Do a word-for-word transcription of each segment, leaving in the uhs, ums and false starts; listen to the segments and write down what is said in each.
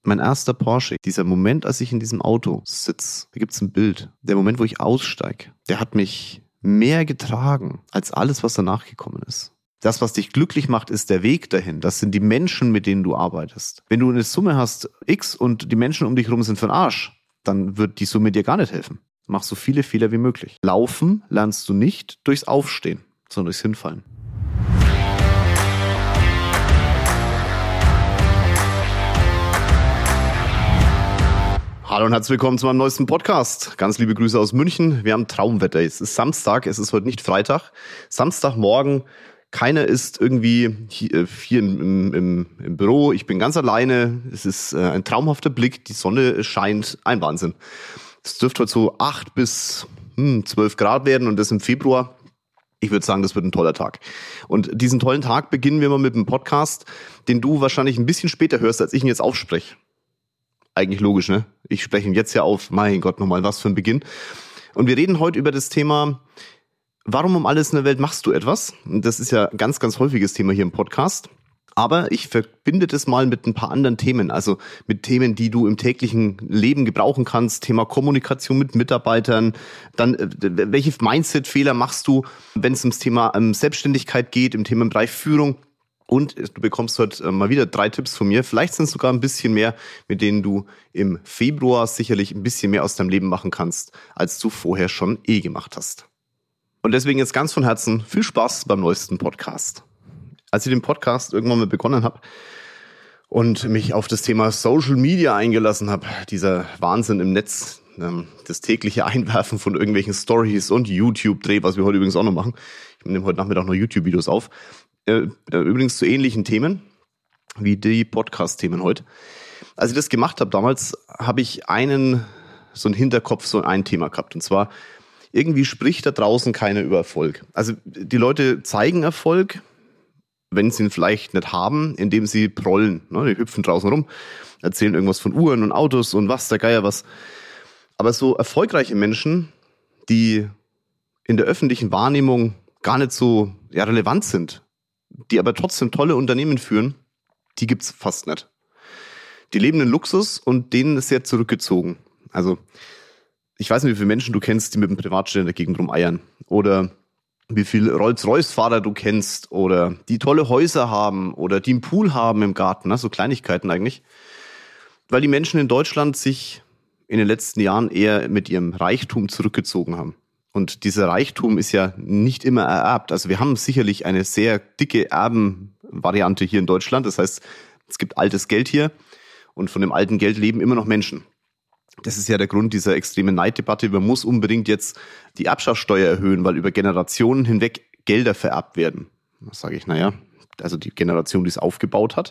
Mein erster Porsche, dieser Moment, als ich in diesem Auto sitze, da gibt es ein Bild. Der Moment, wo ich aussteige, der hat mich mehr getragen als alles, was danach gekommen ist. Das, was dich glücklich macht, ist der Weg dahin. Das sind die Menschen, mit denen du arbeitest. Wenn du eine Summe hast, X, und die Menschen um dich herum sind für den Arsch, dann wird die Summe dir gar nicht helfen. Mach so viele Fehler wie möglich. Laufen lernst du nicht durchs Aufstehen, sondern durchs Hinfallen. Hallo und herzlich willkommen zu meinem neuesten Podcast. Ganz liebe Grüße aus München. Wir haben Traumwetter. Es ist Samstag, es ist heute nicht Freitag. Samstagmorgen, keiner ist irgendwie hier, hier im, im, im Büro. Ich bin ganz alleine. Es ist ein traumhafter Blick. Die Sonne scheint. Ein Wahnsinn. Es dürfte heute so acht bis zwölf Grad werden und das im Februar. Ich würde sagen, das wird ein toller Tag. Und diesen tollen Tag beginnen wir mal mit einem Podcast, den du wahrscheinlich ein bisschen später hörst, als ich ihn jetzt aufspreche. Eigentlich logisch, ne? Ich spreche ihn jetzt ja auf. Mein Gott, nochmal was für ein Beginn. Und wir reden heute über das Thema, warum um alles in der Welt machst du etwas? Und das ist ja ein ganz, ganz häufiges Thema hier im Podcast. Aber ich verbinde das mal mit ein paar anderen Themen. Also mit Themen, die du im täglichen Leben gebrauchen kannst. Thema Kommunikation mit Mitarbeitern. Dann, welche Mindset-Fehler machst du, wenn es ums Thema Selbstständigkeit geht, im Thema Bereich Führung? Und du bekommst heute mal wieder drei Tipps von mir. Vielleicht sind es sogar ein bisschen mehr, mit denen du im Februar sicherlich ein bisschen mehr aus deinem Leben machen kannst, als du vorher schon eh gemacht hast. Und deswegen jetzt ganz von Herzen viel Spaß beim neuesten Podcast. Als ich den Podcast irgendwann mal begonnen habe und mich auf das Thema Social Media eingelassen habe, dieser Wahnsinn im Netz, das tägliche Einwerfen von irgendwelchen Stories und YouTube-Dreh, was wir heute übrigens auch noch machen. Ich nehme heute Nachmittag noch YouTube-Videos auf. Übrigens zu ähnlichen Themen wie die Podcast-Themen heute. Als ich das gemacht habe damals, habe ich einen, so einen Hinterkopf, so ein Thema gehabt. Und zwar, irgendwie spricht da draußen keiner über Erfolg. Also die Leute zeigen Erfolg, wenn sie ihn vielleicht nicht haben, indem sie prollen. Ne? Die hüpfen draußen rum, erzählen irgendwas von Uhren und Autos und was, der Geier was. Aber so erfolgreiche Menschen, die in der öffentlichen Wahrnehmung gar nicht so ja, relevant sind, die aber trotzdem tolle Unternehmen führen, die gibt's fast nicht. Die leben in Luxus und denen ist sehr zurückgezogen. Also ich weiß nicht, wie viele Menschen du kennst, die mit dem Privatjet in der Gegend rumeiern. Oder wie viele Rolls-Royce-Fahrer du kennst. Oder die tolle Häuser haben. Oder die einen Pool haben im Garten. Ne? So Kleinigkeiten eigentlich. Weil die Menschen in Deutschland sich in den letzten Jahren eher mit ihrem Reichtum zurückgezogen haben. Und dieser Reichtum ist ja nicht immer ererbt. Also wir haben sicherlich eine sehr dicke Erbenvariante hier in Deutschland. Das heißt, es gibt altes Geld hier und von dem alten Geld leben immer noch Menschen. Das ist ja der Grund dieser extremen Neiddebatte. Man muss unbedingt jetzt die Erbschaftssteuer erhöhen, weil über Generationen hinweg Gelder vererbt werden. Da sage ich, naja, also die Generation, die es aufgebaut hat,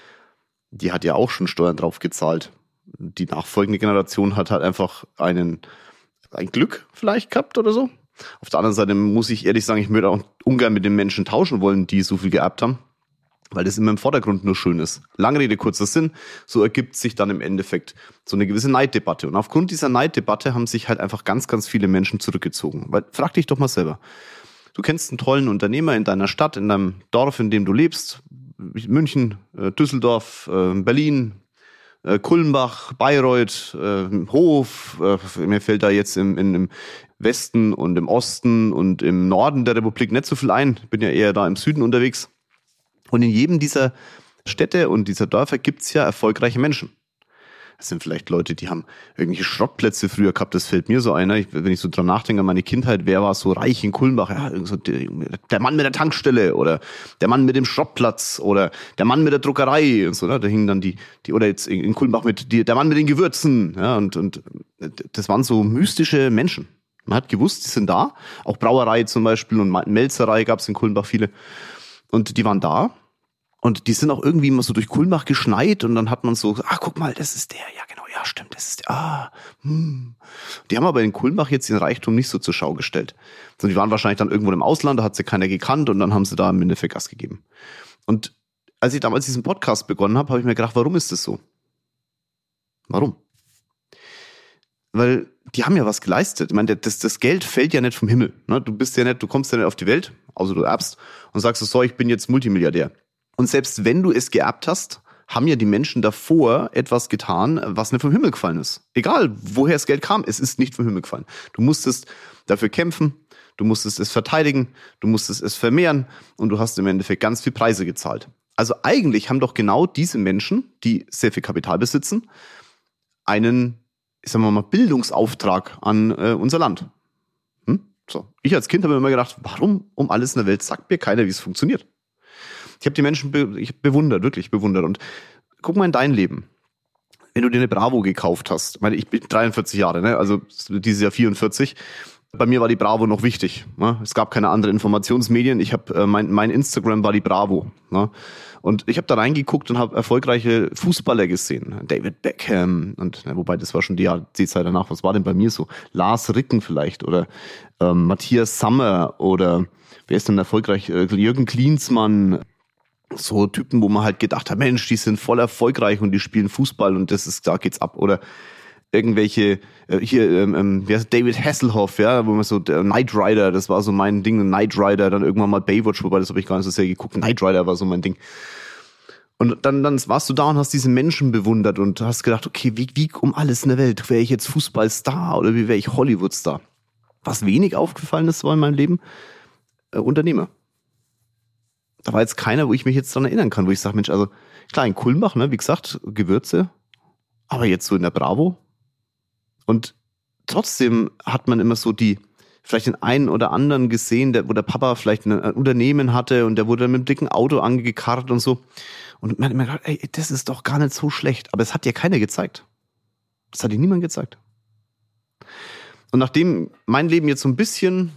die hat ja auch schon Steuern drauf gezahlt. Die nachfolgende Generation hat halt einfach einen ein Glück vielleicht gehabt oder so. Auf der anderen Seite muss ich ehrlich sagen, ich würde auch ungern mit den Menschen tauschen wollen, die so viel geerbt haben, weil das immer im Vordergrund nur schön ist. Lange Rede, kurzer Sinn, so ergibt sich dann im Endeffekt so eine gewisse Neiddebatte. Und aufgrund dieser Neiddebatte haben sich halt einfach ganz, ganz viele Menschen zurückgezogen. Weil, frag dich doch mal selber. Du kennst einen tollen Unternehmer in deiner Stadt, in deinem Dorf, in dem du lebst. München, Düsseldorf, Berlin, Kulmbach, Bayreuth, äh, Hof, äh, mir fällt da jetzt im, in, im Westen und im Osten und im Norden der Republik nicht so viel ein. Ich bin ja eher da im Süden unterwegs. Und in jedem dieser Städte und dieser Dörfer gibt's ja erfolgreiche Menschen. Das sind vielleicht Leute, die haben irgendwelche Schrottplätze früher gehabt, das fällt mir so ein. Ich, wenn ich so dran nachdenke an meine Kindheit, wer war so reich in Kulmbach? Ja, so der, der Mann mit der Tankstelle oder der Mann mit dem Schrottplatz oder der Mann mit der Druckerei und so. Ne? Da hingen dann die, die oder jetzt in Kulmbach mit die, der Mann mit den Gewürzen. Ja, und, und das waren so mystische Menschen. Man hat gewusst, die sind da. Auch Brauerei zum Beispiel und Melzerei gab's in Kulmbach viele. Und die waren da. Und die sind auch irgendwie immer so durch Kulmbach geschneit und dann hat man so, ah, guck mal, das ist der, ja genau, ja stimmt, das ist der, ah, hm. Die haben aber in Kulmbach jetzt den Reichtum nicht so zur Schau gestellt. Sondern die waren wahrscheinlich dann irgendwo im Ausland, da hat sie keiner gekannt und dann haben sie da im Endeffekt Gas gegeben. Und als ich damals diesen Podcast begonnen habe, habe ich mir gedacht, warum ist das so? Warum? Weil die haben ja was geleistet. Ich meine, das, das Geld fällt ja nicht vom Himmel. Ne? Du bist ja nicht, du kommst ja nicht auf die Welt, also du erbst und sagst so, ich bin jetzt Multimilliardär. Und selbst wenn du es geerbt hast, haben ja die Menschen davor etwas getan, was nicht vom Himmel gefallen ist. Egal, woher das Geld kam, es ist nicht vom Himmel gefallen. Du musstest dafür kämpfen, du musstest es verteidigen, du musstest es vermehren und du hast im Endeffekt ganz viel Preise gezahlt. Also eigentlich haben doch genau diese Menschen, die sehr viel Kapital besitzen, einen, ich sag mal, Bildungsauftrag an äh, unser Land. Hm? So. Ich als Kind habe mir immer gedacht, warum um alles in der Welt sagt mir keiner, wie es funktioniert? Ich habe die Menschen be- ich bewundert, wirklich bewundert. Und guck mal in dein Leben. Wenn du dir eine Bravo gekauft hast, ich meine, ich bin dreiundvierzig Jahre, ne? Also dieses Jahr vierundvierzig. Bei mir war die Bravo noch wichtig. Ne? Es gab keine anderen Informationsmedien. Ich habe äh, mein, mein Instagram war die Bravo. Ne? Und ich habe da reingeguckt und habe erfolgreiche Fußballer gesehen. David Beckham und na, wobei das war schon die Jahrzeit danach. Was war denn bei mir so? Lars Ricken vielleicht oder ähm, Matthias Sammer oder wer ist denn erfolgreich? Äh, Jürgen Klinsmann. So Typen, wo man halt gedacht hat, Mensch, die sind voll erfolgreich und die spielen Fußball und das ist, da geht's ab. Oder irgendwelche, äh, hier, ähm, wie heißt David Hasselhoff, ja, wo man so, der Knight Rider, das war so mein Ding, Knight Rider, dann irgendwann mal Baywatch, wobei das habe ich gar nicht so sehr geguckt, Knight Rider war so mein Ding. Und dann, dann warst du da und hast diese Menschen bewundert und hast gedacht, okay, wie, wie um alles in der Welt, wäre ich jetzt Fußballstar oder wie wäre ich Hollywoodstar? Was wenig aufgefallen ist, war in meinem Leben, äh, Unternehmer. Da war jetzt keiner, wo ich mich jetzt dran erinnern kann, wo ich sage, Mensch, also klar, in Kulmbach, ne, wie gesagt, Gewürze, aber jetzt so in der Bravo. Und trotzdem hat man immer so die, vielleicht den einen oder anderen gesehen, der, wo der Papa vielleicht ein, ein Unternehmen hatte und der wurde dann mit einem dicken Auto angekarrt und so. Und man hat immer gedacht, ey, das ist doch gar nicht so schlecht. Aber es hat dir keiner gezeigt. Das hat dir niemand gezeigt. Und nachdem mein Leben jetzt so ein bisschen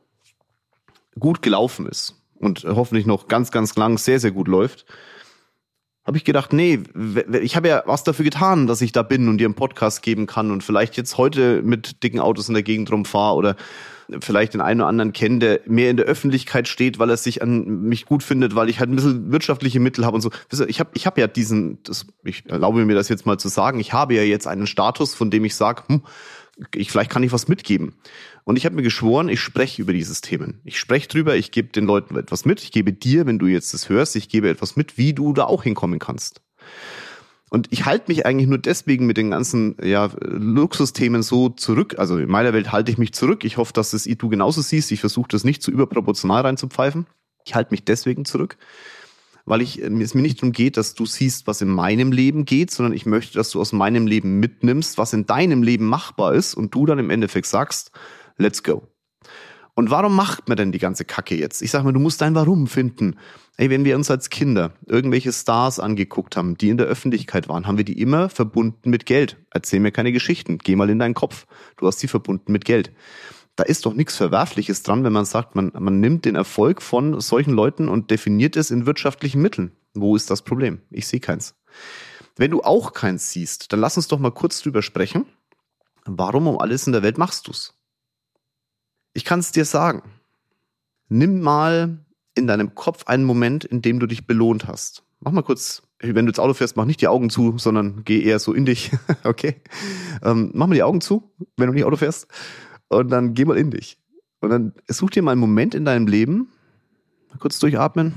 gut gelaufen ist und hoffentlich noch ganz, ganz lang sehr, sehr gut läuft, habe ich gedacht, nee, ich habe ja was dafür getan, dass ich da bin und dir einen Podcast geben kann und vielleicht jetzt heute mit dicken Autos in der Gegend rumfahre oder vielleicht den einen oder anderen kennen, der mehr in der Öffentlichkeit steht, weil er sich an mich gut findet, weil ich halt ein bisschen wirtschaftliche Mittel habe und so. Ich habe ich hab ja diesen, das, ich erlaube mir das jetzt mal zu sagen, ich habe ja jetzt einen Status, von dem ich sage, hm, ich, vielleicht kann ich was mitgeben. Und ich habe mir geschworen, ich spreche über dieses Themen. Ich spreche drüber, ich gebe den Leuten etwas mit. Ich gebe dir, wenn du jetzt das hörst, ich gebe etwas mit, wie du da auch hinkommen kannst. Und ich halte mich eigentlich nur deswegen mit den ganzen ja, Luxusthemen so zurück. Also in meiner Welt halte ich mich zurück. Ich hoffe, dass das du genauso siehst. Ich versuche das nicht zu überproportional reinzupfeifen. Ich halte mich deswegen zurück, weil ich, es mir nicht darum geht, dass du siehst, was in meinem Leben geht, sondern ich möchte, dass du aus meinem Leben mitnimmst, was in deinem Leben machbar ist und du dann im Endeffekt sagst, let's go. Und warum macht man denn die ganze Kacke jetzt? Ich sag mal, du musst dein Warum finden. Ey, wenn wir uns als Kinder irgendwelche Stars angeguckt haben, die in der Öffentlichkeit waren, haben wir die immer verbunden mit Geld. Erzähl mir keine Geschichten, geh mal in deinen Kopf. Du hast sie verbunden mit Geld. Da ist doch nichts Verwerfliches dran, wenn man sagt, man, man nimmt den Erfolg von solchen Leuten und definiert es in wirtschaftlichen Mitteln. Wo ist das Problem? Ich sehe keins. Wenn du auch keins siehst, dann lass uns doch mal kurz drüber sprechen. Warum um alles in der Welt machst du's? Ich kann es dir sagen. Nimm mal in deinem Kopf einen Moment, in dem du dich belohnt hast. Mach mal kurz, wenn du ins Auto fährst, mach nicht die Augen zu, sondern geh eher so in dich. Okay? Ähm, mach mal die Augen zu, wenn du nicht Auto fährst. Und dann geh mal in dich. Und dann such dir mal einen Moment in deinem Leben, mal kurz durchatmen,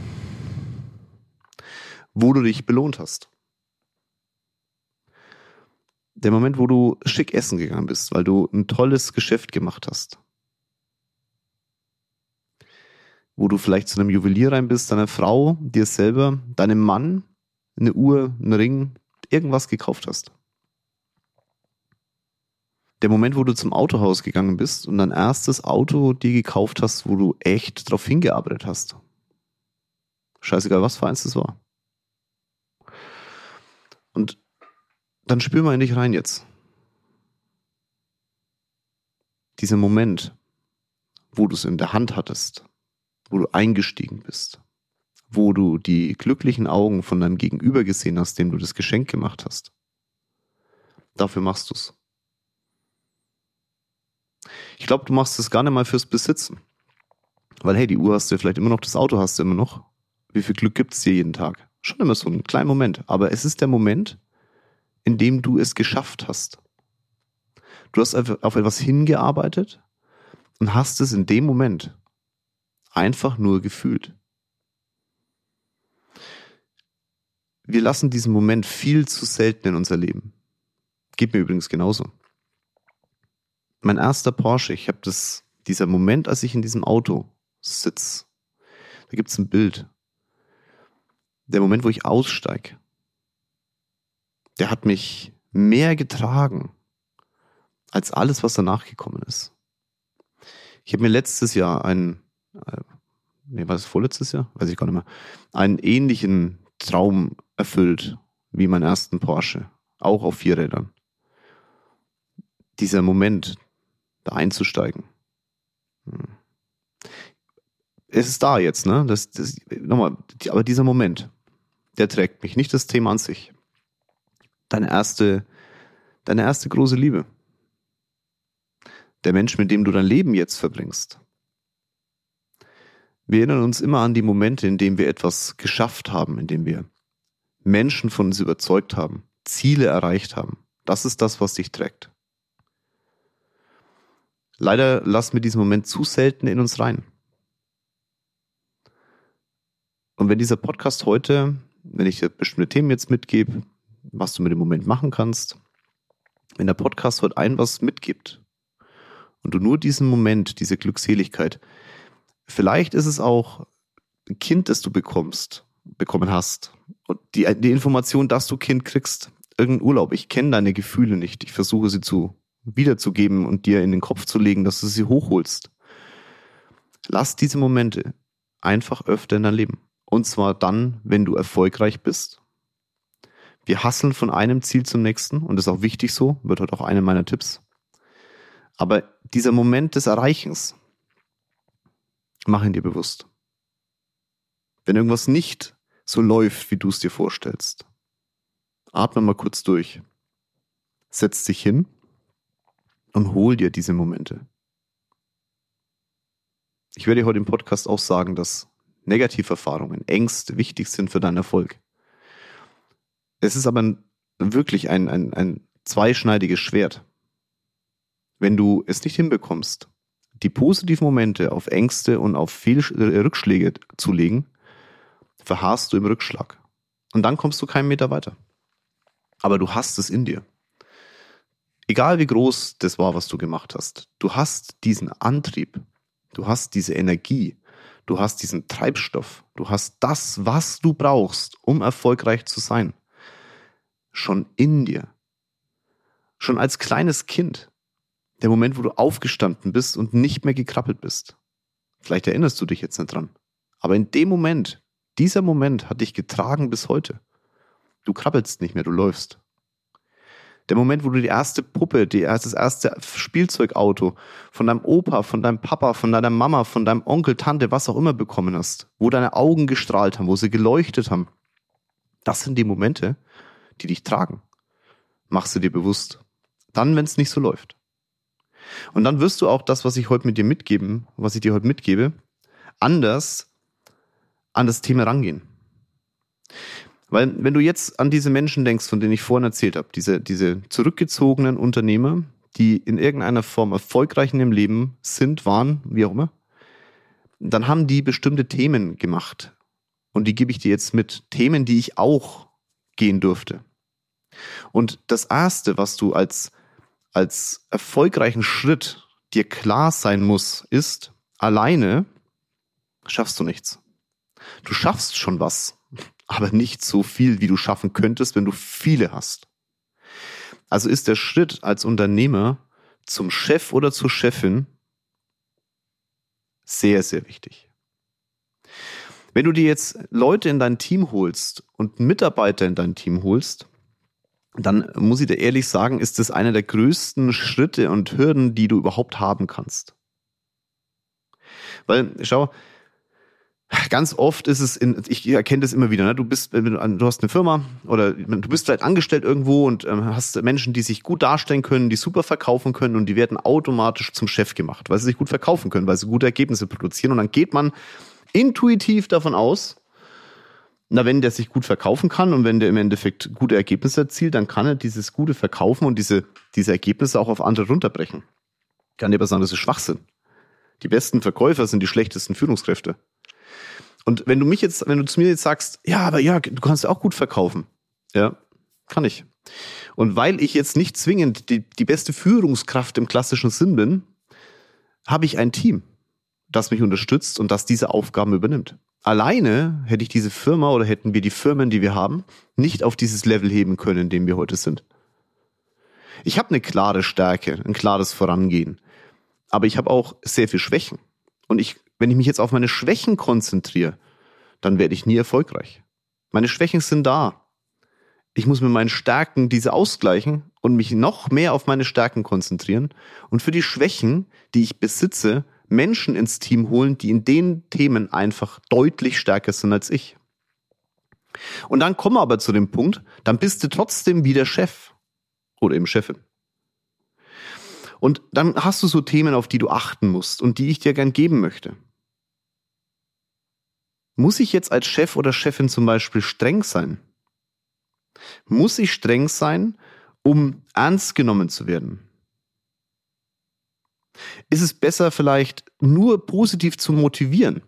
wo du dich belohnt hast. Der Moment, wo du schick essen gegangen bist, weil du ein tolles Geschäft gemacht hast. Wo du vielleicht zu einem Juwelier rein bist, deiner Frau, dir selber, deinem Mann, eine Uhr, einen Ring, irgendwas gekauft hast. Der Moment, wo du zum Autohaus gegangen bist und dein erstes Auto dir gekauft hast, wo du echt drauf hingearbeitet hast. Scheißegal, was für eins das war. Und dann spür mal in dich rein jetzt. Dieser Moment, wo du es in der Hand hattest, wo du eingestiegen bist, wo du die glücklichen Augen von deinem Gegenüber gesehen hast, dem du das Geschenk gemacht hast. Dafür machst du es. Ich glaube, du machst es gar nicht mal fürs Besitzen. Weil hey, die Uhr hast du vielleicht immer noch, das Auto hast du immer noch. Wie viel Glück gibt es dir jeden Tag? Schon immer so einen kleinen Moment. Aber es ist der Moment, in dem du es geschafft hast. Du hast auf etwas hingearbeitet und hast es in dem Moment einfach nur gefühlt. wir lassen diesen Moment viel zu selten in unser Leben. Geht mir übrigens genauso. Mein erster Porsche, ich habe das, dieser Moment, als ich in diesem Auto sitze, da gibt es ein Bild. Der Moment, wo ich aussteige, der hat mich mehr getragen als alles, was danach gekommen ist. Ich habe mir letztes Jahr ein, äh, nee, war das vorletztes Jahr? Weiß ich gar nicht mehr. Einen ähnlichen Traum erfüllt wie meinen ersten Porsche. Auch auf vier Rädern. Dieser Moment, da einzusteigen. Hm. Es ist da jetzt, ne? Das, das, nochmal, aber dieser Moment, der trägt mich, nicht das Thema an sich. Deine erste, deine erste große Liebe. Der Mensch, mit dem du dein Leben jetzt verbringst. Wir erinnern uns immer an die Momente, in denen wir etwas geschafft haben, in denen wir Menschen von uns überzeugt haben, Ziele erreicht haben. Das ist das, was dich trägt. Leider lassen wir diesen Moment zu selten in uns rein. Und wenn dieser Podcast heute, wenn ich dir bestimmte Themen jetzt mitgebe, was du mit dem Moment machen kannst, wenn der Podcast heute ein was mitgibt und du nur diesen Moment, diese Glückseligkeit, vielleicht ist es auch ein Kind, das du bekommst, bekommen hast und die, die Information, dass du Kind kriegst, irgendein Urlaub, ich kenne deine Gefühle nicht, ich versuche sie zu wiederzugeben und dir in den Kopf zu legen, dass du sie hochholst. Lass diese Momente einfach öfter in dein Leben. Und zwar dann, wenn du erfolgreich bist. Wir hustlen von einem Ziel zum nächsten und das ist auch wichtig so, wird heute auch einer meiner Tipps. Aber dieser Moment des Erreichens, mach ihn dir bewusst. Wenn irgendwas nicht so läuft, wie du es dir vorstellst, atme mal kurz durch. Setz dich hin und hol dir diese Momente. Ich werde dir heute im Podcast auch sagen, dass Negativerfahrungen, Ängste wichtig sind für deinen Erfolg. Es ist aber ein, wirklich ein, ein, ein zweischneidiges Schwert. Wenn du es nicht hinbekommst, die positiven Momente auf Ängste und auf Fehl- Rückschläge zu legen, verharrst du im Rückschlag. Und dann kommst du keinen Meter weiter. Aber du hast es in dir. Egal wie groß das war, was du gemacht hast, du hast diesen Antrieb, du hast diese Energie, du hast diesen Treibstoff, du hast das, was du brauchst, um erfolgreich zu sein, schon in dir. Schon als kleines Kind, der Moment, wo du aufgestanden bist und nicht mehr gekrabbelt bist. Vielleicht erinnerst du dich jetzt nicht dran, aber in dem Moment, dieser Moment hat dich getragen bis heute. Du krabbelst nicht mehr, du läufst. Der Moment, wo du die erste Puppe, die, das erste Spielzeugauto von deinem Opa, von deinem Papa, von deiner Mama, von deinem Onkel, Tante, was auch immer bekommen hast, wo deine Augen gestrahlt haben, wo sie geleuchtet haben, das sind die Momente, die dich tragen. Mach sie dir bewusst. Dann, wenn es nicht so läuft. Und dann wirst du auch das, was ich heute mit dir mitgeben, was ich dir heute mitgebe, anders an das Thema rangehen. Weil wenn du jetzt an diese Menschen denkst, von denen ich vorhin erzählt habe, diese, diese zurückgezogenen Unternehmer, die in irgendeiner Form erfolgreich in ihrem Leben sind, waren, wie auch immer, dann haben die bestimmte Themen gemacht. Und die gebe ich dir jetzt mit. Themen, die ich auch gehen durfte. Und das Erste, was du als, als erfolgreichen Schritt dir klar sein muss, ist, alleine schaffst du nichts. Du schaffst schon was, aber nicht so viel, wie du schaffen könntest, wenn du viele hast. Also ist der Schritt als Unternehmer zum Chef oder zur Chefin sehr, sehr wichtig. Wenn du dir jetzt Leute in dein Team holst und Mitarbeiter in dein Team holst, dann muss ich dir ehrlich sagen, ist das einer der größten Schritte und Hürden, die du überhaupt haben kannst. Weil, schau, ganz oft ist es, in, ich erkenne das immer wieder, ne? du bist, du hast eine Firma oder du bist vielleicht angestellt irgendwo und ähm, hast Menschen, die sich gut darstellen können, die super verkaufen können und die werden automatisch zum Chef gemacht, weil sie sich gut verkaufen können, weil sie gute Ergebnisse produzieren und dann geht man intuitiv davon aus, na, wenn der sich gut verkaufen kann und wenn der im Endeffekt gute Ergebnisse erzielt, dann kann er dieses gute Verkaufen und diese, diese Ergebnisse auch auf andere runterbrechen. Ich kann dir aber sagen, das ist Schwachsinn. Die besten Verkäufer sind die schlechtesten Führungskräfte. Und wenn du mich jetzt, wenn du zu mir jetzt sagst, ja, aber ja, du kannst auch gut verkaufen. Ja, kann ich. Und weil ich jetzt nicht zwingend die, die beste Führungskraft im klassischen Sinn bin, habe ich ein Team, das mich unterstützt und das diese Aufgaben übernimmt. Alleine hätte ich diese Firma oder hätten wir die Firmen, die wir haben, nicht auf dieses Level heben können, in dem wir heute sind. Ich habe eine klare Stärke, ein klares Vorangehen. Aber ich habe auch sehr viel Schwächen. Und ich, wenn ich mich jetzt auf meine Schwächen konzentriere, dann werde ich nie erfolgreich. Meine Schwächen sind da. Ich muss mit meinen Stärken diese ausgleichen und mich noch mehr auf meine Stärken konzentrieren und für die Schwächen, die ich besitze, Menschen ins Team holen, die in den Themen einfach deutlich stärker sind als ich. Und dann kommen wir aber zu dem Punkt, dann bist du trotzdem wieder Chef oder eben Chefin. Und dann hast du so Themen, auf die du achten musst und die ich dir gern geben möchte. Muss ich jetzt als Chef oder Chefin zum Beispiel streng sein? Muss ich streng sein, um ernst genommen zu werden? Ist es besser, vielleicht nur positiv zu motivieren?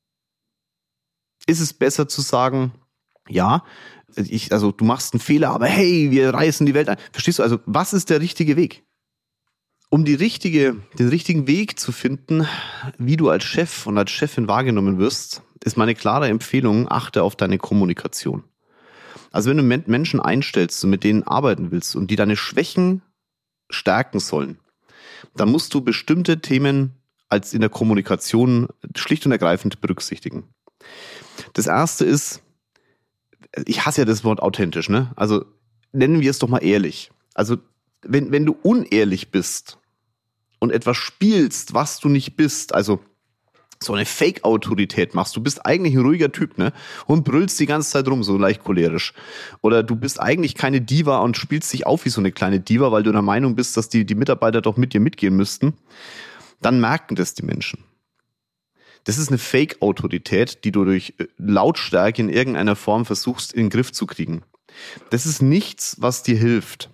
Ist es besser zu sagen, ja, ich, also du machst einen Fehler, aber hey, wir reißen die Welt ein. Verstehst du? Also, was ist der richtige Weg? Um die richtige, den richtigen Weg zu finden, wie du als Chef und als Chefin wahrgenommen wirst, ist meine klare Empfehlung, achte auf deine Kommunikation. Also wenn du Menschen einstellst und mit denen arbeiten willst und die deine Schwächen stärken sollen, dann musst du bestimmte Themen als in der Kommunikation schlicht und ergreifend berücksichtigen. Das erste ist, ich hasse ja das Wort authentisch, ne? Also nennen wir es doch mal ehrlich. Also wenn, wenn du unehrlich bist und etwas spielst, was du nicht bist, also so eine Fake-Autorität machst, du bist eigentlich ein ruhiger Typ, ne? Und brüllst die ganze Zeit rum, so leicht cholerisch. Oder du bist eigentlich keine Diva und spielst dich auf wie so eine kleine Diva, weil du der Meinung bist, dass die, die Mitarbeiter doch mit dir mitgehen müssten. Dann merken das die Menschen. Das ist eine Fake-Autorität, die du durch Lautstärke in irgendeiner Form versuchst, in den Griff zu kriegen. Das ist nichts, was dir hilft.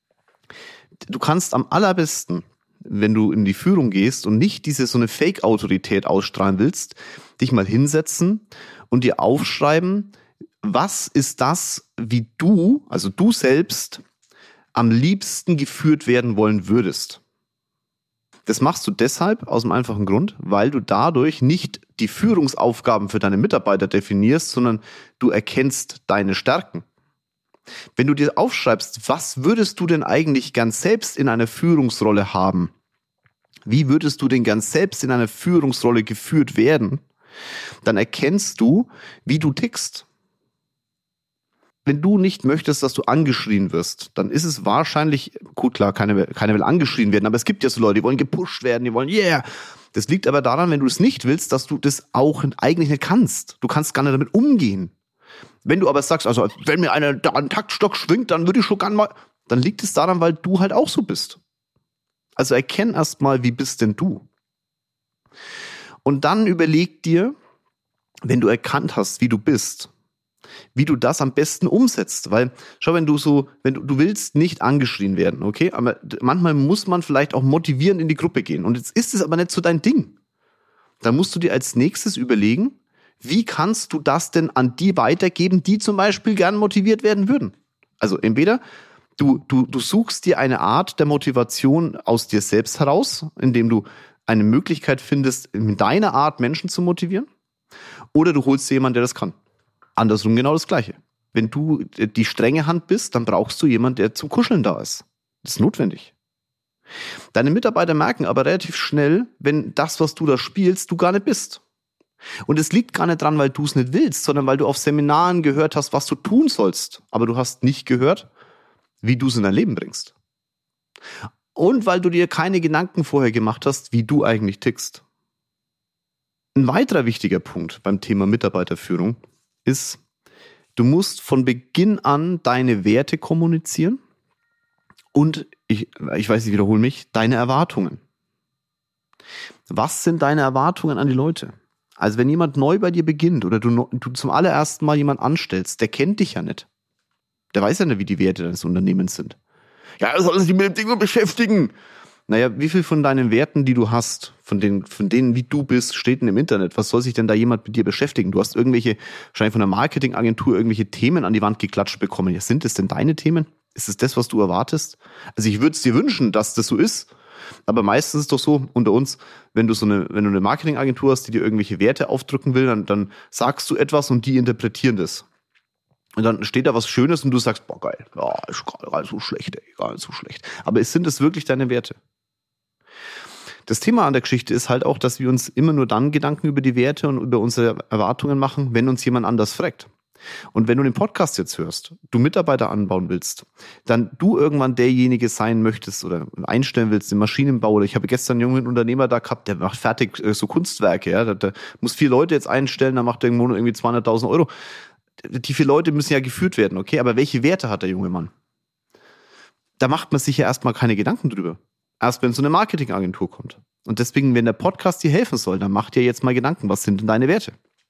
Du kannst am allerbesten, wenn du in die Führung gehst und nicht diese so eine Fake-Autorität ausstrahlen willst, dich mal hinsetzen und dir aufschreiben, was ist das, wie du, also du selbst, am liebsten geführt werden wollen würdest. Das machst du deshalb aus dem einfachen Grund, weil du dadurch nicht die Führungsaufgaben für deine Mitarbeiter definierst, sondern du erkennst deine Stärken. Wenn du dir aufschreibst, was würdest du denn eigentlich gern selbst in einer Führungsrolle haben? Wie würdest du denn gern selbst in einer Führungsrolle geführt werden? Dann erkennst du, wie du tickst. Wenn du nicht möchtest, dass du angeschrien wirst, dann ist es wahrscheinlich, gut klar, keiner, keiner will angeschrien werden, aber es gibt ja so Leute, die wollen gepusht werden, die wollen, yeah. Das liegt aber daran, wenn du es nicht willst, dass du das auch eigentlich nicht kannst. Du kannst gar nicht damit umgehen. Wenn du aber sagst, also wenn mir einer da einen Taktstock schwingt, dann würde ich schon gerne mal, dann liegt es daran, weil du halt auch so bist. Also erkenn erst mal, wie bist denn du? Und dann überleg dir, wenn du erkannt hast, wie du bist, wie du das am besten umsetzt. Weil, schau, wenn du so, wenn du, du willst nicht angeschrien werden, okay? Aber manchmal muss man vielleicht auch motivierend in die Gruppe gehen. Und jetzt ist es aber nicht so dein Ding. Dann musst du dir als nächstes überlegen, wie kannst du das denn an die weitergeben, die zum Beispiel gern motiviert werden würden? Also entweder du, du, du suchst dir eine Art der Motivation aus dir selbst heraus, indem du eine Möglichkeit findest, mit deiner Art Menschen zu motivieren, oder du holst dir jemanden, der das kann. Andersrum genau das Gleiche. Wenn du die strenge Hand bist, dann brauchst du jemanden, der zum Kuscheln da ist. Das ist notwendig. Deine Mitarbeiter merken aber relativ schnell, wenn das, was du da spielst, du gar nicht bist. Und es liegt gar nicht dran, weil du es nicht willst, sondern weil du auf Seminaren gehört hast, was du tun sollst. Aber du hast nicht gehört, wie du es in dein Leben bringst. Und weil du dir keine Gedanken vorher gemacht hast, wie du eigentlich tickst. Ein weiterer wichtiger Punkt beim Thema Mitarbeiterführung ist, du musst von Beginn an deine Werte kommunizieren und, ich, ich weiß, ich wiederhole mich, deine Erwartungen. Was sind deine Erwartungen an die Leute? Also wenn jemand neu bei dir beginnt oder du, du zum allerersten Mal jemand anstellst, der kennt dich ja nicht. Der weiß ja nicht, wie die Werte deines Unternehmens sind. Ja, er soll sich mit dem Ding beschäftigen. Naja, wie viel von deinen Werten, die du hast, von denen, von denen, wie du bist, steht denn im Internet? Was soll sich denn da jemand mit dir beschäftigen? Du hast irgendwelche, wahrscheinlich von der Marketingagentur, irgendwelche Themen an die Wand geklatscht bekommen. Ja, sind es denn deine Themen? Ist es das, was du erwartest? Also ich würde es dir wünschen, dass das so ist. Aber meistens ist es doch so, unter uns, wenn du so eine, wenn du eine Marketingagentur hast, die dir irgendwelche Werte aufdrücken will, dann, dann sagst du etwas und die interpretieren das. Und dann steht da was Schönes und du sagst, boah, geil, ja, ist gar nicht so schlecht, ey, gar nicht so schlecht. Aber sind es wirklich deine Werte? Das Thema an der Geschichte ist halt auch, dass wir uns immer nur dann Gedanken über die Werte und über unsere Erwartungen machen, wenn uns jemand anders fragt. Und wenn du den Podcast jetzt hörst, du Mitarbeiter anbauen willst, dann du irgendwann derjenige sein möchtest oder einstellen willst, den Maschinenbau. Oder ich habe gestern einen jungen Unternehmer da gehabt, der macht fertig so Kunstwerke. Ja, der, der muss vier Leute jetzt einstellen, dann macht der im Monat irgendwie zweihunderttausend Euro. Die vier Leute müssen ja geführt werden, okay? Aber welche Werte hat der junge Mann? Da macht man sich ja erstmal keine Gedanken drüber. Erst wenn so eine Marketingagentur kommt. Und deswegen, wenn der Podcast dir helfen soll, dann mach dir jetzt mal Gedanken, was sind denn deine Werte?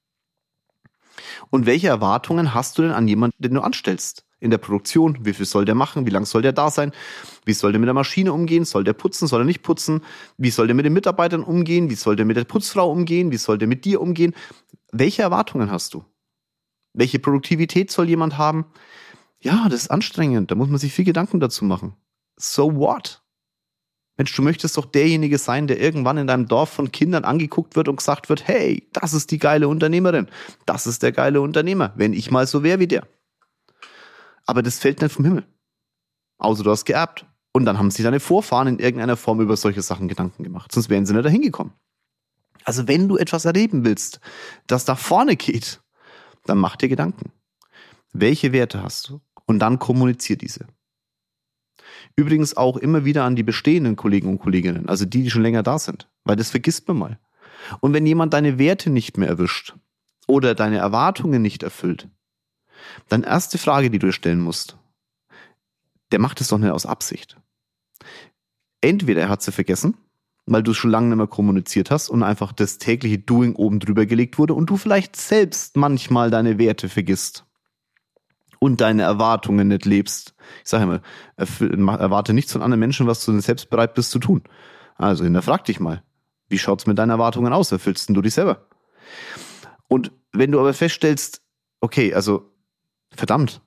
Und welche Erwartungen hast du denn an jemanden, den du anstellst? In der Produktion, wie viel soll der machen? Wie lange soll der da sein? Wie soll der mit der Maschine umgehen? Soll der putzen? Soll er nicht putzen? Wie soll der mit den Mitarbeitern umgehen? Wie soll der mit der Putzfrau umgehen? Wie soll der mit dir umgehen? Welche Erwartungen hast du? Welche Produktivität soll jemand haben? Ja, das ist anstrengend. Da muss man sich viel Gedanken dazu machen. So what? Mensch, du möchtest doch derjenige sein, der irgendwann in deinem Dorf von Kindern angeguckt wird und gesagt wird, hey, das ist die geile Unternehmerin. Das ist der geile Unternehmer, wenn ich mal so wäre wie der. Aber das fällt nicht vom Himmel. Außer du hast geerbt. Und dann haben sich deine Vorfahren in irgendeiner Form über solche Sachen Gedanken gemacht. Sonst wären sie nicht dahin gekommen. Also wenn du etwas erleben willst, das da vorne geht, dann mach dir Gedanken. Welche Werte hast du? Und dann kommunizier diese. Übrigens auch immer wieder an die bestehenden Kollegen und Kolleginnen, also die, die schon länger da sind. Weil das vergisst man mal. Und wenn jemand deine Werte nicht mehr erwischt oder deine Erwartungen nicht erfüllt, dann erste Frage, die du dir stellen musst, der macht es doch nicht aus Absicht. Entweder er hat sie vergessen, weil du es schon lange nicht mehr kommuniziert hast und einfach das tägliche Doing oben drüber gelegt wurde und du vielleicht selbst manchmal deine Werte vergisst und deine Erwartungen nicht lebst. Ich sage immer, erwarte nichts von anderen Menschen, was du selbst bereit bist zu tun. Also hinterfrag dich mal, wie schaut's mit deinen Erwartungen aus? Erfüllst du dich selber? Und wenn du aber feststellst, okay, also verdammt,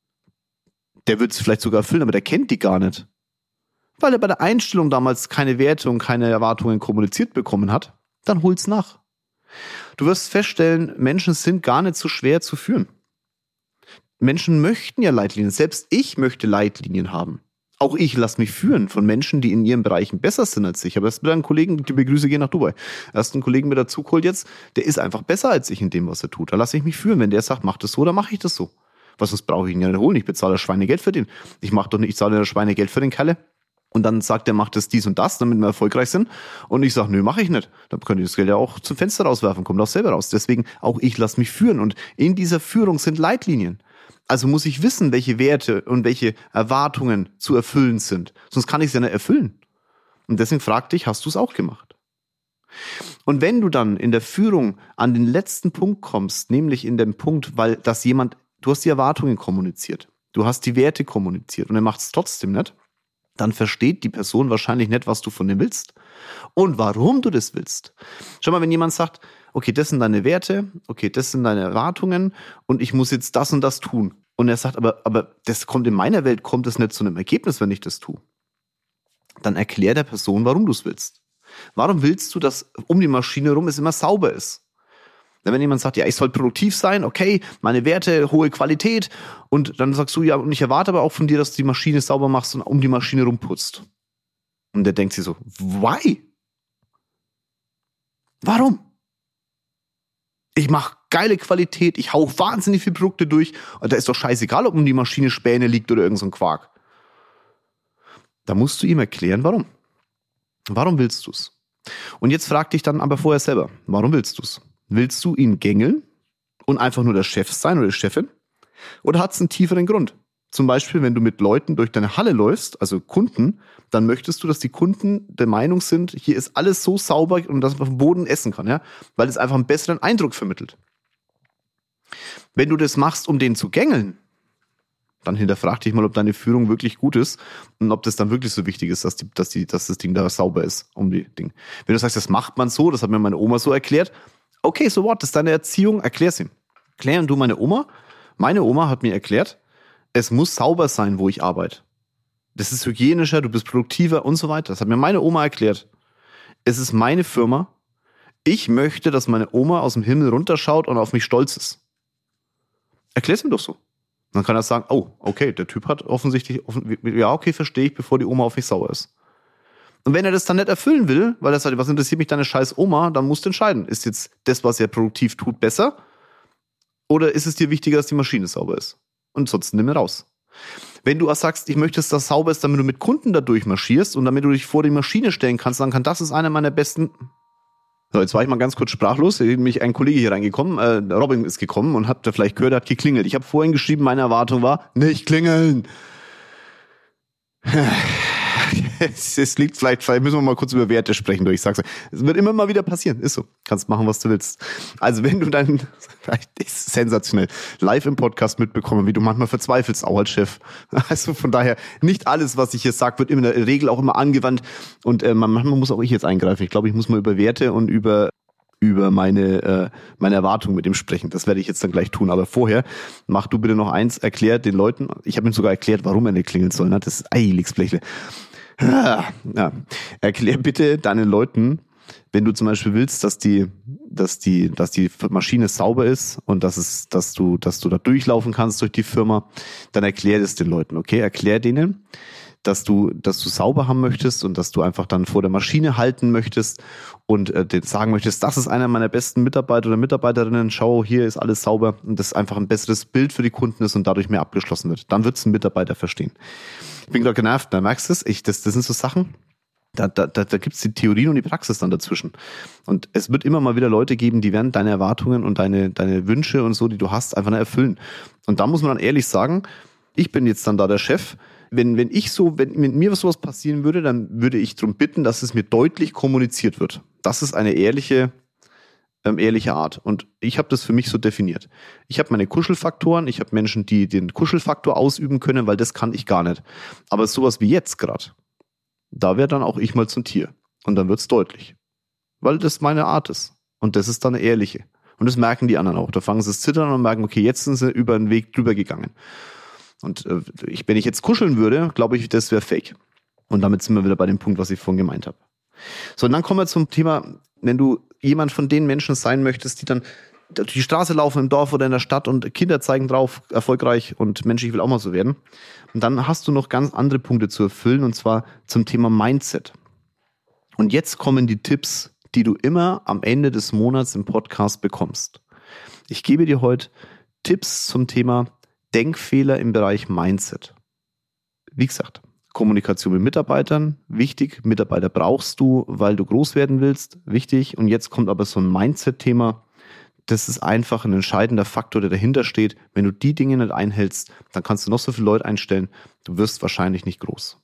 der wird es vielleicht sogar erfüllen, aber der kennt die gar nicht. Weil er bei der Einstellung damals keine Werte und keine Erwartungen kommuniziert bekommen hat, dann hol's nach. Du wirst feststellen, Menschen sind gar nicht so schwer zu führen. Menschen möchten ja Leitlinien. Selbst ich möchte Leitlinien haben. Auch ich lasse mich führen von Menschen, die in ihren Bereichen besser sind als ich. Aber es ist mit einem Kollegen, die Begrüße gehen nach Dubai. Erst einen Kollegen mit dazu geholt jetzt, der ist einfach besser als ich in dem, was er tut. Da lasse ich mich führen. Wenn der sagt, mach das so, dann mache ich das so. Was sonst brauche ich ihn ja nicht holen. Ich bezahle das Schweinegeld für den. Ich mache doch nicht, ich zahle das Schweinegeld für den Kalle. Und dann sagt er, macht das dies und das, damit wir erfolgreich sind. Und ich sage, nö, mache ich nicht. Dann könnt ihr das Geld ja auch zum Fenster rauswerfen, kommt auch selber raus. Deswegen, auch ich lasse mich führen. Und in dieser Führung sind Leitlinien. Also muss ich wissen, welche Werte und welche Erwartungen zu erfüllen sind. Sonst kann ich es ja nicht erfüllen. Und deswegen frag dich, hast du es auch gemacht? Und wenn du dann in der Führung an den letzten Punkt kommst, nämlich in dem Punkt, weil das jemand, du hast die Erwartungen kommuniziert, du hast die Werte kommuniziert und er macht es trotzdem nicht, dann versteht die Person wahrscheinlich nicht, was du von ihm willst und warum du das willst. Schau mal, wenn jemand sagt, okay, das sind deine Werte, okay, das sind deine Erwartungen und ich muss jetzt das und das tun. Und er sagt, aber, aber das kommt in meiner Welt, kommt es nicht zu einem Ergebnis, wenn ich das tue. Dann erklär der Person, warum du es willst. Warum willst du, dass um die Maschine rum es immer sauber ist? Wenn jemand sagt, ja, ich soll produktiv sein, okay, meine Werte, hohe Qualität, und dann sagst du, ja, und ich erwarte aber auch von dir, dass du die Maschine sauber machst und um die Maschine rumputzt. Und der denkt sich so, why? Warum? Ich mache geile Qualität, ich hau wahnsinnig viele Produkte durch, und da ist doch scheißegal, ob um die Maschine Späne liegt oder irgend so ein Quark. Da musst du ihm erklären, warum. Warum willst du es? Und jetzt frag dich dann aber vorher selber, warum willst du es? Willst du ihn gängeln und einfach nur der Chef sein oder die Chefin? Oder hat es einen tieferen Grund? Zum Beispiel, wenn du mit Leuten durch deine Halle läufst, also Kunden, dann möchtest du, dass die Kunden der Meinung sind, hier ist alles so sauber und dass man auf dem Boden essen kann, ja, weil es einfach einen besseren Eindruck vermittelt. Wenn du das machst, um den zu gängeln, Dann hinterfrag dich mal, ob deine Führung wirklich gut ist und ob das dann wirklich so wichtig ist, dass, die, dass, die, dass das Ding da sauber ist. Um die Ding. Wenn du sagst, das macht man so, das hat mir meine Oma so erklärt, okay, so what, das ist deine Erziehung, erklär's ihm. Erklären du meine Oma. Meine Oma hat mir erklärt, es muss sauber sein, wo ich arbeite. Das ist hygienischer, du bist produktiver und so weiter. Das hat mir meine Oma erklärt. Es ist meine Firma. Ich möchte, dass meine Oma aus dem Himmel runterschaut und auf mich stolz ist. Erklär's ihm doch so. Dann kann er sagen, oh, okay, der Typ hat offensichtlich, ja, okay, verstehe ich, bevor die Oma auf mich sauer ist. Und wenn er das dann nicht erfüllen will, weil er sagt, was interessiert mich deine scheiß Oma, dann musst du entscheiden, ist jetzt das, was er produktiv tut, besser? Oder ist es dir wichtiger, dass die Maschine sauber ist? Und sonst nimm ihn raus. Wenn du auch sagst, ich möchte, dass das sauber ist, damit du mit Kunden da durchmarschierst und damit du dich vor die Maschine stellen kannst, dann kann das ist einer meiner besten... So, jetzt war ich mal ganz kurz sprachlos. Da ist nämlich ein Kollege hier reingekommen, äh, Robin ist gekommen und hat vielleicht gehört, er hat geklingelt. Ich habe vorhin geschrieben, meine Erwartung war, nicht klingeln. Es, es liegt vielleicht, vielleicht müssen wir mal kurz über Werte sprechen. Ich sag's, es wird immer mal wieder passieren. Ist so. Kannst machen, was du willst. Also wenn du dann, das ist sensationell, live im Podcast mitbekommen, wie du manchmal verzweifelst, auch als Chef. Also von daher, nicht alles, was ich hier sage, wird in der Regel auch immer angewandt. Und äh, manchmal muss auch ich jetzt eingreifen. Ich glaube, ich muss mal über Werte und über über meine äh, meine Erwartungen mit ihm sprechen. Das werde ich jetzt dann gleich tun. Aber vorher, mach du bitte noch eins, erklär den Leuten, ich habe ihm sogar erklärt, warum er nicht klingeln soll. Ne? Das ist Eiligsblechle. Ja. Erklär bitte deinen Leuten, wenn du zum Beispiel willst, dass die, dass die, dass die Maschine sauber ist und dass es, dass du, dass du da durchlaufen kannst durch die Firma, dann erklär das den Leuten, okay? Erklär denen, dass du, dass du sauber haben möchtest und dass du einfach dann vor der Maschine halten möchtest und äh, denen sagen möchtest, das ist einer meiner besten Mitarbeiter oder Mitarbeiterinnen, schau, hier ist alles sauber und das einfach ein besseres Bild für die Kunden ist und dadurch mehr abgeschlossen wird. Dann wird es ein Mitarbeiter verstehen. Ich bin gerade genervt, da merkst du es, ich, das, das sind so Sachen, da, da, da, da gibt es die Theorien und die Praxis dann dazwischen. Und es wird immer mal wieder Leute geben, die werden deine Erwartungen und deine, deine Wünsche und so, die du hast, einfach nicht erfüllen. Und da muss man dann ehrlich sagen, ich bin jetzt dann da der Chef. Wenn, wenn ich so, wenn mit mir sowas passieren würde, dann würde ich darum bitten, dass es mir deutlich kommuniziert wird. Das ist eine ehrliche, ähm, ehrliche Art. Und ich habe das für mich so definiert. Ich habe meine Kuschelfaktoren, ich habe Menschen, die den Kuschelfaktor ausüben können, weil das kann ich gar nicht. Aber sowas wie jetzt gerade, da wäre dann auch ich mal zum Tier. Und dann wird's deutlich. Weil das meine Art ist. Und das ist dann eine ehrliche. Und das merken die anderen auch. Da fangen sie es zittern und merken, okay, jetzt sind sie über den Weg drüber gegangen. Und äh, ich, wenn ich jetzt kuscheln würde, glaube ich, das wäre fake. Und damit sind wir wieder bei dem Punkt, was ich vorhin gemeint habe. So, und dann kommen wir zum Thema, wenn du jemand von den Menschen sein möchtest, die dann durch die Straße laufen im Dorf oder in der Stadt und Kinder zeigen drauf, erfolgreich und Mensch, ich will auch mal so werden. Und dann hast du noch ganz andere Punkte zu erfüllen, und zwar zum Thema Mindset. Und jetzt kommen die Tipps, die du immer am Ende des Monats im Podcast bekommst. Ich gebe dir heute Tipps zum Thema Denkfehler im Bereich Mindset. Wie gesagt, Kommunikation mit Mitarbeitern, wichtig. Mitarbeiter brauchst du, weil du groß werden willst, wichtig. Und jetzt kommt aber so ein Mindset-Thema. Das ist einfach ein entscheidender Faktor, der dahinter steht. Wenn du die Dinge nicht einhältst, dann kannst du noch so viele Leute einstellen. Du wirst wahrscheinlich nicht groß.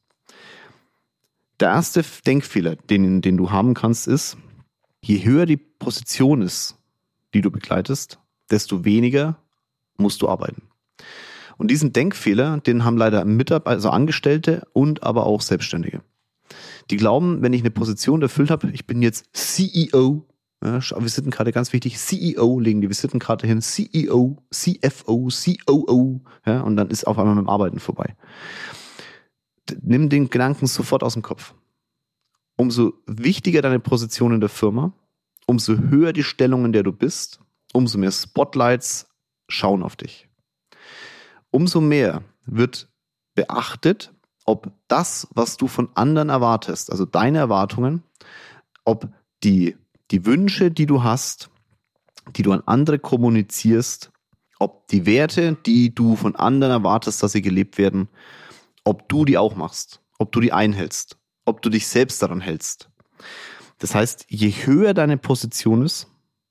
Der erste Denkfehler, den, den du haben kannst, ist, je höher die Position ist, die du begleitest, desto weniger musst du arbeiten. Und diesen Denkfehler, den haben leider Mitarbeiter, also Angestellte und aber auch Selbstständige. Die glauben, wenn ich eine Position erfüllt habe, ich bin jetzt C E O, ja, Visitenkarte ganz wichtig, C E O, legen die Visitenkarte hin, C E O, C F O, C O O, ja, und dann ist auf einmal mit dem Arbeiten vorbei. Nimm den Gedanken sofort aus dem Kopf. Umso wichtiger deine Position in der Firma, umso höher die Stellung, in der du bist, umso mehr Spotlights schauen auf dich. Umso mehr wird beachtet, ob das, was du von anderen erwartest, also deine Erwartungen, ob die, die Wünsche, die du hast, die du an andere kommunizierst, ob die Werte, die du von anderen erwartest, dass sie gelebt werden, ob du die auch machst, ob du die einhältst, ob du dich selbst daran hältst. Das heißt, je höher deine Position ist,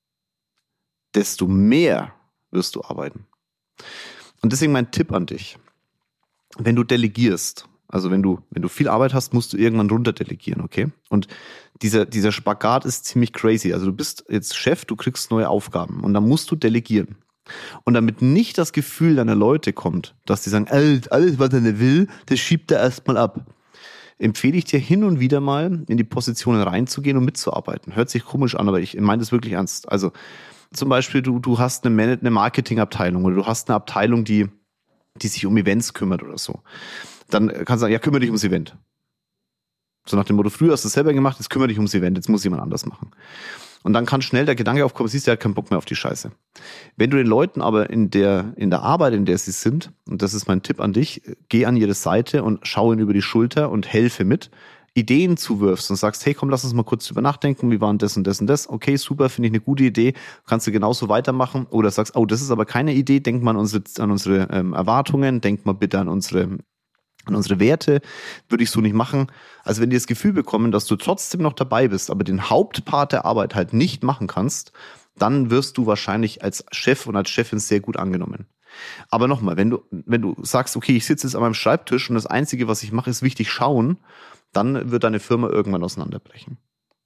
desto mehr wirst du arbeiten. Und deswegen mein Tipp an dich, wenn du delegierst, also wenn du, wenn du viel Arbeit hast, musst du irgendwann runter delegieren, okay? Und dieser, dieser Spagat ist ziemlich crazy. Also du bist jetzt Chef, du kriegst neue Aufgaben und dann musst du delegieren. Und damit nicht das Gefühl deiner Leute kommt, dass die sagen, alles, alles was er nicht will, das schiebt er erstmal ab, empfehle ich dir hin und wieder mal in die Positionen reinzugehen und mitzuarbeiten. Hört sich komisch an, aber ich meine das wirklich ernst. Also zum Beispiel, du, du hast eine, Man- eine Marketingabteilung oder du hast eine Abteilung, die, die sich um Events kümmert oder so. Dann kannst du sagen, ja, kümmere dich ums Event. So nach dem Motto, früher hast du es selber gemacht, jetzt kümmere dich ums Event, jetzt muss jemand anders machen. Und dann kann schnell der Gedanke aufkommen, siehst du, er hat keinen Bock mehr auf die Scheiße. Wenn du den Leuten aber in der, in der Arbeit, in der sie sind, und das ist mein Tipp an dich, geh an ihre Seite und schau ihnen über die Schulter und helfe mit, Ideen zuwirfst und sagst, hey, komm, lass uns mal kurz drüber nachdenken, wie waren das und das und das, okay, super, finde ich eine gute Idee, kannst du genauso weitermachen, oder sagst, oh, das ist aber keine Idee, denk mal an unsere, an unsere ähm, Erwartungen, denk mal bitte an unsere an unsere Werte, würde ich so nicht machen. Also wenn die das Gefühl bekommen, dass du trotzdem noch dabei bist, aber den Hauptpart der Arbeit halt nicht machen kannst, dann wirst du wahrscheinlich als Chef und als Chefin sehr gut angenommen. Aber nochmal, wenn du, wenn du sagst, okay, ich sitze jetzt an meinem Schreibtisch und das Einzige, was ich mache, ist wichtig schauen, dann wird deine Firma irgendwann auseinanderbrechen.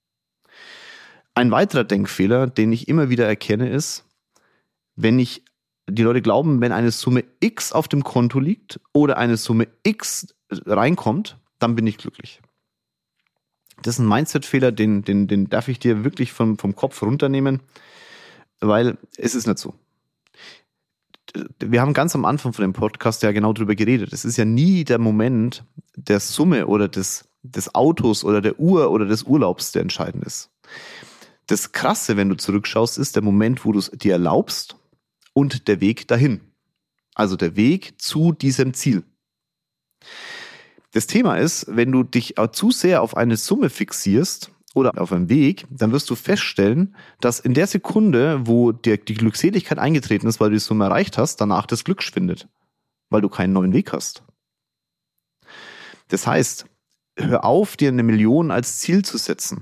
Ein weiterer Denkfehler, den ich immer wieder erkenne, ist, wenn ich die Leute glauben, wenn eine Summe X auf dem Konto liegt oder eine Summe X reinkommt, dann bin ich glücklich. Das ist ein Mindset-Fehler, den, den, den darf ich dir wirklich vom, vom Kopf runternehmen, weil es ist nicht so. Wir haben ganz am Anfang von dem Podcast ja genau drüber geredet. Es ist ja nie der Moment der Summe oder des, des Autos oder der Uhr oder des Urlaubs, der entscheidend ist. Das Krasse, wenn du zurückschaust, ist der Moment, wo du es dir erlaubst, und der Weg dahin. Also der Weg zu diesem Ziel. Das Thema ist, wenn du dich zu sehr auf eine Summe fixierst oder auf einen Weg, dann wirst du feststellen, dass in der Sekunde, wo dir die Glückseligkeit eingetreten ist, weil du die Summe erreicht hast, danach das Glück schwindet, weil du keinen neuen Weg hast. Das heißt, hör auf, dir eine Million als Ziel zu setzen.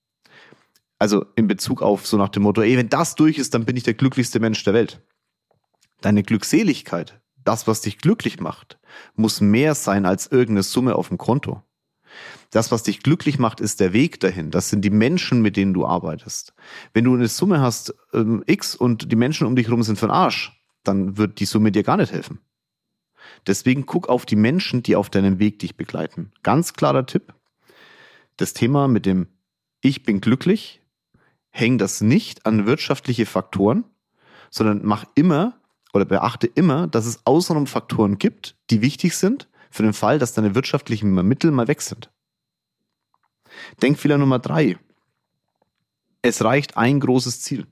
Also in Bezug auf so nach dem Motto, ey, wenn das durch ist, dann bin ich der glücklichste Mensch der Welt. Deine Glückseligkeit, das, was dich glücklich macht, muss mehr sein als irgendeine Summe auf dem Konto. Das, was dich glücklich macht, ist der Weg dahin. Das sind die Menschen, mit denen du arbeitest. Wenn du eine Summe hast, ähm, X, und die Menschen um dich herum sind für den Arsch, dann wird die Summe dir gar nicht helfen. Deswegen guck auf die Menschen, die auf deinem Weg dich begleiten. Ganz klarer Tipp. Das Thema mit dem Ich bin glücklich, häng das nicht an wirtschaftliche Faktoren, sondern mach immer oder beachte immer, dass es außenrum Faktoren gibt, die wichtig sind für den Fall, dass deine wirtschaftlichen Mittel mal weg sind. Denkfehler Nummer drei. Es reicht ein großes Ziel.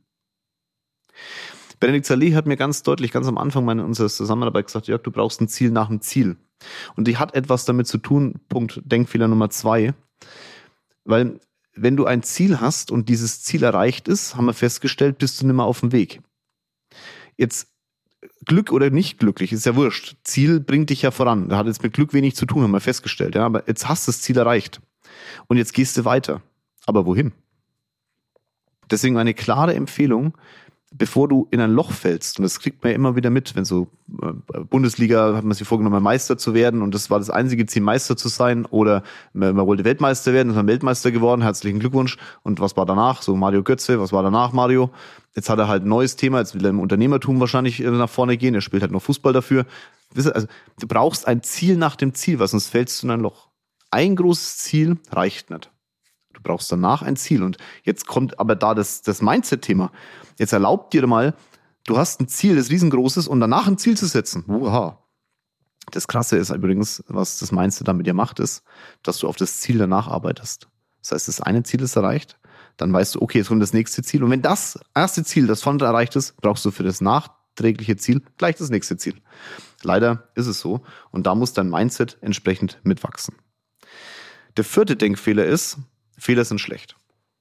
Benedikt Saleh hat mir ganz deutlich, ganz am Anfang meiner unserer Zusammenarbeit gesagt, Jörg, du brauchst ein Ziel nach einem Ziel. Und die hat etwas damit zu tun, Punkt Denkfehler Nummer zwei, weil wenn du ein Ziel hast und dieses Ziel erreicht ist, haben wir festgestellt, bist du nicht mehr auf dem Weg. Jetzt Glück oder nicht glücklich, ist ja wurscht. Ziel bringt dich ja voran. Das hat jetzt mit Glück wenig zu tun, haben wir festgestellt. Ja, aber jetzt hast du das Ziel erreicht. Und jetzt gehst du weiter. Aber wohin? Deswegen eine klare Empfehlung, bevor du in ein Loch fällst, und das kriegt man ja immer wieder mit, wenn so äh, Bundesliga hat man sich vorgenommen, Meister zu werden, und das war das einzige Ziel, Meister zu sein, oder man, man wollte Weltmeister werden, ist man Weltmeister geworden, herzlichen Glückwunsch. Und was war danach? So Mario Götze, was war danach Mario? Jetzt hat er halt ein neues Thema, jetzt will er im Unternehmertum wahrscheinlich nach vorne gehen, er spielt halt noch Fußball dafür. Also du brauchst ein Ziel nach dem Ziel, weil sonst fällst du in ein Loch. Ein großes Ziel reicht nicht. Du brauchst danach ein Ziel. Und jetzt kommt aber da das, das Mindset-Thema. Jetzt erlaubt dir mal, du hast ein Ziel, das riesengroßes, und danach ein Ziel zu setzen. Uha. Das Krasse ist übrigens, was das Mindset dann mit dir macht, ist, dass du auf das Ziel danach arbeitest. Das heißt, das eine Ziel ist erreicht, dann weißt du, okay, jetzt kommt das nächste Ziel. Und wenn das erste Ziel, das von dir erreicht ist, brauchst du für das nachträgliche Ziel gleich das nächste Ziel. Leider ist es so. Und da muss dein Mindset entsprechend mitwachsen. Der vierte Denkfehler ist, Fehler sind schlecht.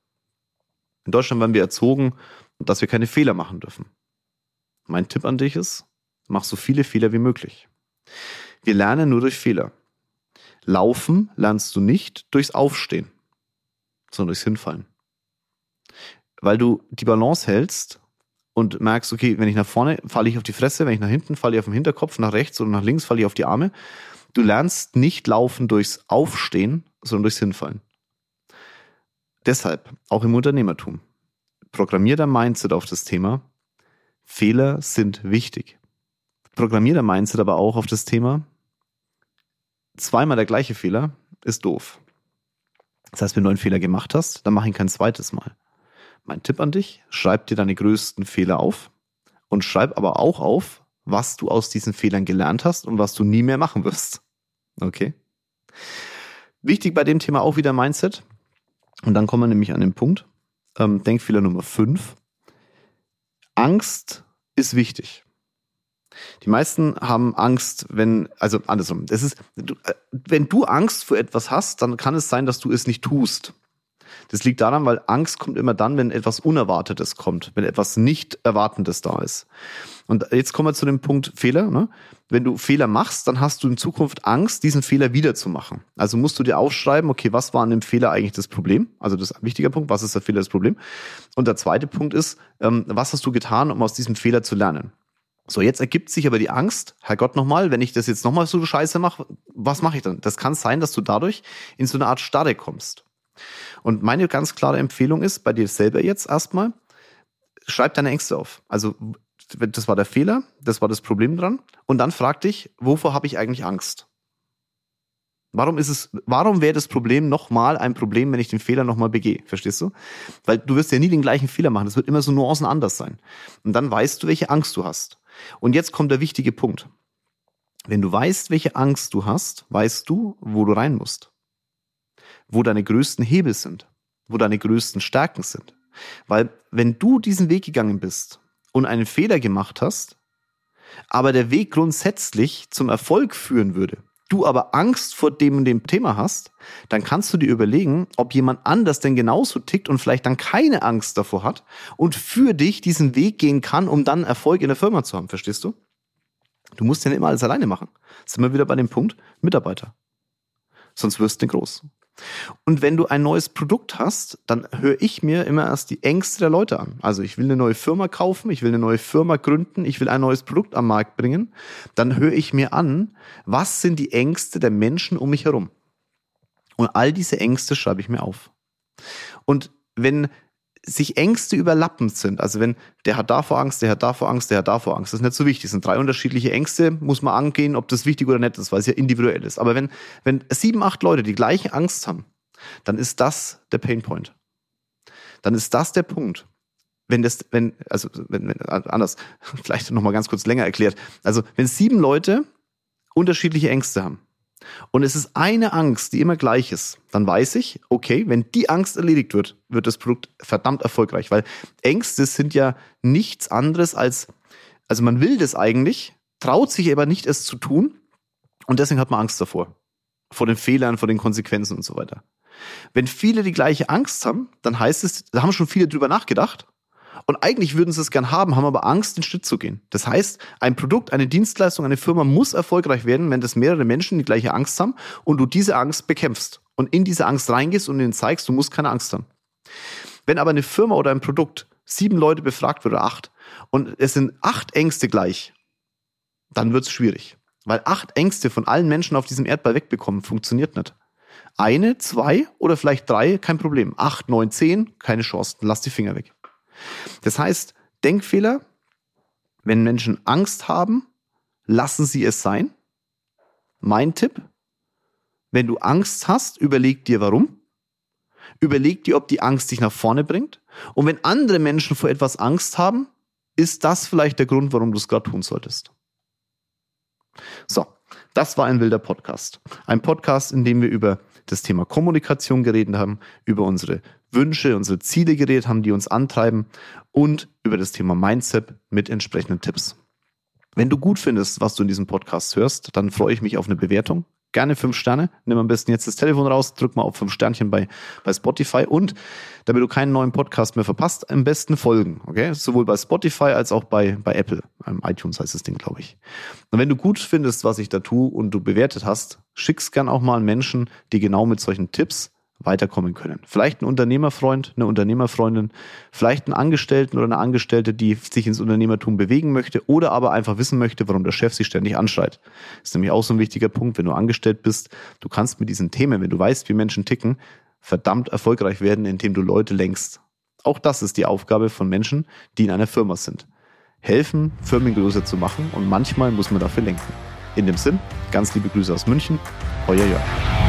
In Deutschland werden wir erzogen, dass wir keine Fehler machen dürfen. Mein Tipp an dich ist, mach so viele Fehler wie möglich. Wir lernen nur durch Fehler. Laufen lernst du nicht durchs Aufstehen, sondern durchs Hinfallen. Weil du die Balance hältst und merkst, okay, wenn ich nach vorne, falle ich auf die Fresse, wenn ich nach hinten, falle ich auf den Hinterkopf, nach rechts oder nach links, falle ich auf die Arme. Du lernst nicht laufen durchs Aufstehen, sondern durchs Hinfallen. Deshalb, auch im Unternehmertum, programmier dein Mindset auf das Thema, Fehler sind wichtig. Programmierer-Mindset aber auch auf das Thema, zweimal der gleiche Fehler ist doof. Das heißt, wenn du einen Fehler gemacht hast, dann mach ihn kein zweites Mal. Mein Tipp an dich, schreib dir deine größten Fehler auf und schreib aber auch auf, was du aus diesen Fehlern gelernt hast und was du nie mehr machen wirst. Okay? Wichtig bei dem Thema auch wieder Mindset. Und dann kommen wir nämlich an den Punkt, ähm, Denkfehler Nummer fünf. Angst ist wichtig. Die meisten haben Angst, wenn, also andersrum, das ist, du, wenn du Angst vor etwas hast, dann kann es sein, dass du es nicht tust. Das liegt daran, weil Angst kommt immer dann, wenn etwas Unerwartetes kommt, wenn etwas nicht Erwartendes da ist. Und jetzt kommen wir zu dem Punkt Fehler. Ne? Wenn du Fehler machst, dann hast du in Zukunft Angst, diesen Fehler wiederzumachen. Also musst du dir aufschreiben, okay, was war an dem Fehler eigentlich das Problem? Also das ist ein wichtiger Punkt, was ist der Fehler, das Problem? Und der zweite Punkt ist, ähm, was hast du getan, um aus diesem Fehler zu lernen? So, jetzt ergibt sich aber die Angst, Herrgott nochmal, wenn ich das jetzt nochmal so scheiße mache, was mache ich dann? Das kann sein, dass du dadurch in so eine Art Starre kommst. Und meine ganz klare Empfehlung ist, bei dir selber jetzt erstmal, schreib deine Ängste auf. Also das war der Fehler, das war das Problem dran. Und dann frag dich, wovor habe ich eigentlich Angst? Warum ist es, warum wäre das Problem nochmal ein Problem, wenn ich den Fehler nochmal begehe? Verstehst du? Weil du wirst ja nie den gleichen Fehler machen. Es wird immer so Nuancen anders sein. Und dann weißt du, welche Angst du hast. Und jetzt kommt der wichtige Punkt. Wenn du weißt, welche Angst du hast, weißt du, wo du rein musst. Wo deine größten Hebel sind. Wo deine größten Stärken sind. Weil wenn du diesen Weg gegangen bist und einen Fehler gemacht hast, aber der Weg grundsätzlich zum Erfolg führen würde, du aber Angst vor dem und dem Thema hast, dann kannst du dir überlegen, ob jemand anders denn genauso tickt und vielleicht dann keine Angst davor hat und für dich diesen Weg gehen kann, um dann Erfolg in der Firma zu haben. Verstehst du? Du musst ja nicht immer alles alleine machen. Sind wir wieder bei dem Punkt Mitarbeiter. Sonst wirst du nicht groß. Und wenn du ein neues Produkt hast, dann höre ich mir immer erst die Ängste der Leute an. Also ich will eine neue Firma kaufen, ich will eine neue Firma gründen, ich will ein neues Produkt am Markt bringen. Dann höre ich mir an, was sind die Ängste der Menschen um mich herum? Und all diese Ängste schreibe ich mir auf. Und wenn sich Ängste überlappend sind, also wenn der hat davor Angst, der hat davor Angst, der hat davor Angst, das ist nicht so wichtig. Das sind drei unterschiedliche Ängste, muss man angehen, ob das wichtig oder nicht ist, weil es ja individuell ist. Aber wenn, wenn sieben, acht Leute die gleiche Angst haben, dann ist das der Painpoint. Dann ist das der Punkt. Wenn das, wenn, also, wenn, wenn, anders, vielleicht nochmal ganz kurz länger erklärt. Also, wenn sieben Leute unterschiedliche Ängste haben, und es ist eine Angst, die immer gleich ist, dann weiß ich, okay, wenn die Angst erledigt wird, wird das Produkt verdammt erfolgreich, weil Ängste sind ja nichts anderes als, also man will das eigentlich, traut sich aber nicht, es zu tun und deswegen hat man Angst davor, vor den Fehlern, vor den Konsequenzen und so weiter. Wenn viele die gleiche Angst haben, dann heißt es, da haben schon viele drüber nachgedacht und eigentlich würden sie es gern haben, haben aber Angst, den Schritt zu gehen. Das heißt, ein Produkt, eine Dienstleistung, eine Firma muss erfolgreich werden, wenn das mehrere Menschen die gleiche Angst haben und du diese Angst bekämpfst und in diese Angst reingehst und ihnen zeigst, du musst keine Angst haben. Wenn aber eine Firma oder ein Produkt sieben Leute befragt wird oder acht und es sind acht Ängste gleich, dann wird es schwierig. Weil acht Ängste von allen Menschen auf diesem Erdball wegbekommen, funktioniert nicht. Eine, zwei oder vielleicht drei, kein Problem. Acht, neun, zehn, keine Chance. Lass die Finger weg. Das heißt, Denkfehler, wenn Menschen Angst haben, lassen sie es sein. Mein Tipp, wenn du Angst hast, überleg dir warum. Überleg dir, ob die Angst dich nach vorne bringt. Und wenn andere Menschen vor etwas Angst haben, ist das vielleicht der Grund, warum du es gerade tun solltest. So, das war ein wilder Podcast. Ein Podcast, in dem wir über das Thema Kommunikation geredet haben, über unsere Wünsche, unsere Ziele geredet haben, die uns antreiben und über das Thema Mindset mit entsprechenden Tipps. Wenn du gut findest, was du in diesem Podcast hörst, dann freue ich mich auf eine Bewertung. Gerne fünf Sterne. Nimm am besten jetzt das Telefon raus, drück mal auf fünf Sternchen bei, bei Spotify und damit du keinen neuen Podcast mehr verpasst, am besten folgen. Okay? Sowohl bei Spotify als auch bei, bei Apple. Um, iTunes heißt das Ding, glaube ich. Und wenn du gut findest, was ich da tue und du bewertet hast, schick's gern auch mal an Menschen, die genau mit solchen Tipps weiterkommen können. Vielleicht ein Unternehmerfreund, eine Unternehmerfreundin, vielleicht einen Angestellten oder eine Angestellte, die sich ins Unternehmertum bewegen möchte oder aber einfach wissen möchte, warum der Chef sie ständig anschreit. Das ist nämlich auch so ein wichtiger Punkt, wenn du angestellt bist. Du kannst mit diesen Themen, wenn du weißt, wie Menschen ticken, verdammt erfolgreich werden, indem du Leute lenkst. Auch das ist die Aufgabe von Menschen, die in einer Firma sind. helfen, Firmen größer zu machen und manchmal muss man dafür lenken. In dem Sinn, ganz liebe Grüße aus München, euer Jörg.